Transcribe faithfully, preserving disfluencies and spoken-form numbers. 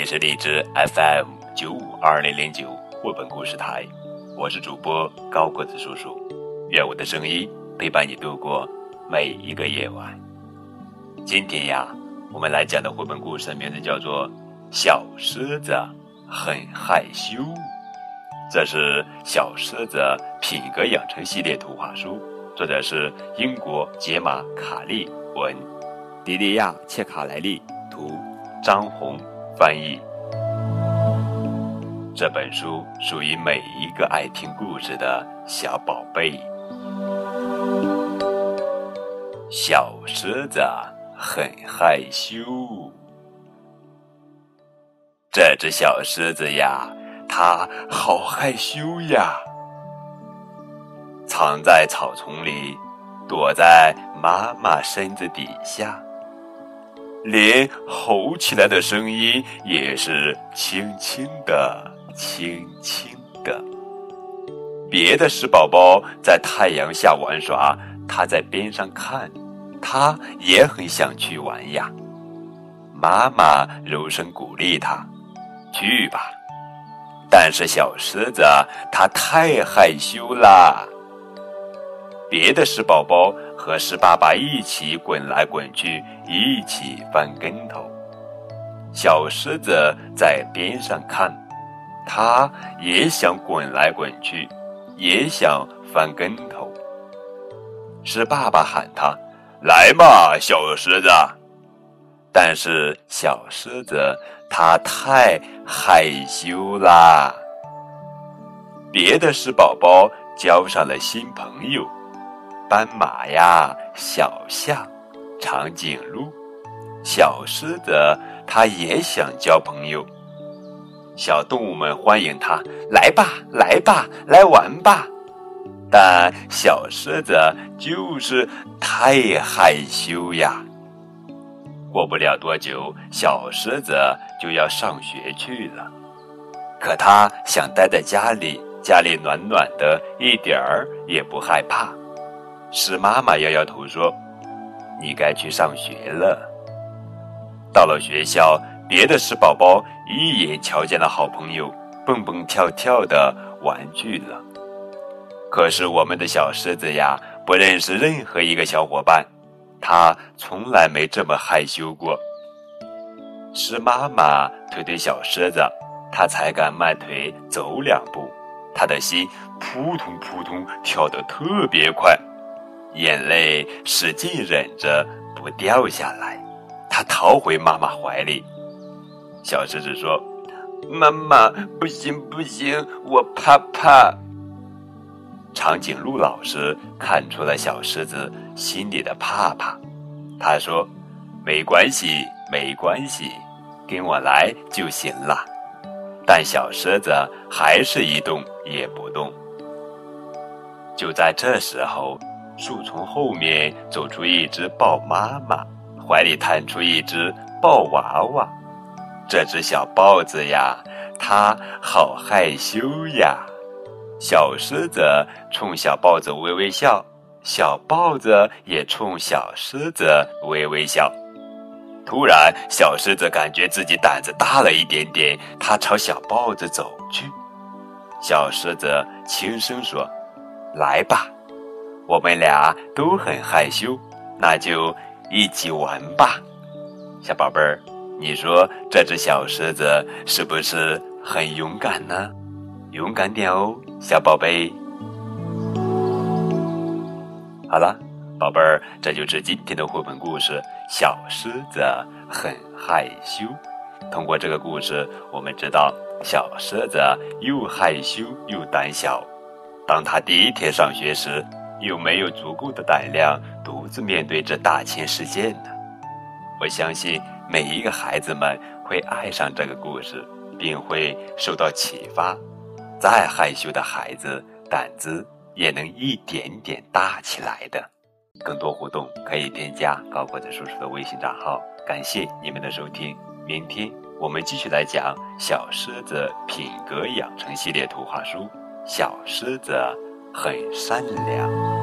里是荔枝 F M 九五二零零九绘本故事台，我是主播高个子叔叔，愿我的声音陪伴你度过每一个夜晚。今天呀，我们来讲的绘本故事的名字叫做《小狮子很害羞》，这是小狮子品格养成系列图画书，作者是英国杰玛卡利文，迪利亚切卡莱利图，张红翻译。这本书属于每一个爱听故事的小宝贝。小狮子很害羞，这只小狮子呀，它好害羞呀，藏在草丛里，躲在妈妈身子底下，连吼起来的声音也是轻轻的轻轻的。别的狮宝宝在太阳下玩耍，他在边上看，他也很想去玩呀。妈妈柔声鼓励他，去吧。但是小狮子他太害羞啦。别的狮宝宝和狮爸爸一起滚来滚去，一起翻跟头。小狮子在边上看，他也想滚来滚去，也想翻跟头。狮爸爸喊他，来嘛，小狮子。但是小狮子他太害羞啦。别的狮宝宝交上了新朋友，斑马呀，小象，长颈鹿。小狮子他也想交朋友，小动物们欢迎他，来吧，来吧，来玩吧。但小狮子就是太害羞呀。过不了多久，小狮子就要上学去了。可他想待在家里，家里暖暖的，一点儿也不害怕。狮妈妈摇摇头说，你该去上学了。到了学校，别的狮宝宝一眼瞧见了好朋友，蹦蹦跳跳的玩去了。可是我们的小狮子呀，不认识任何一个小伙伴，他从来没这么害羞过。狮妈妈推推小狮子，他才敢迈腿走两步，他的心扑通扑通跳得特别快，眼泪使劲忍着不掉下来，他逃回妈妈怀里。小狮子说，妈妈，不行不行，我怕怕。长颈鹿老师看出了小狮子心里的怕怕，他说，没关系没关系，跟我来就行了。但小狮子还是一动也不动。就在这时候，树丛后面走出一只豹妈妈，怀里探出一只豹娃娃。这只小豹子呀，它好害羞呀。小狮子冲小豹子微微笑，小豹子也冲小狮子微微笑。突然，小狮子感觉自己胆子大了一点点，它朝小豹子走去。小狮子轻声说，来吧，我们俩都很害羞，那就一起玩吧。小宝贝儿，你说这只小狮子是不是很勇敢呢？勇敢点哦，小宝贝。好了，宝贝儿，这就是今天的绘本故事，小狮子很害羞。通过这个故事，我们知道小狮子又害羞又胆小。当他第一天上学时，有没有足够的胆量独自面对这大千世界呢？我相信每一个孩子们会爱上这个故事，并会受到启发。再害羞的孩子，胆子也能一点点大起来的。更多互动可以添加高个子叔叔的微信账号。感谢你们的收听，明天我们继续来讲小狮子品格养成系列图画书。小狮子很善良。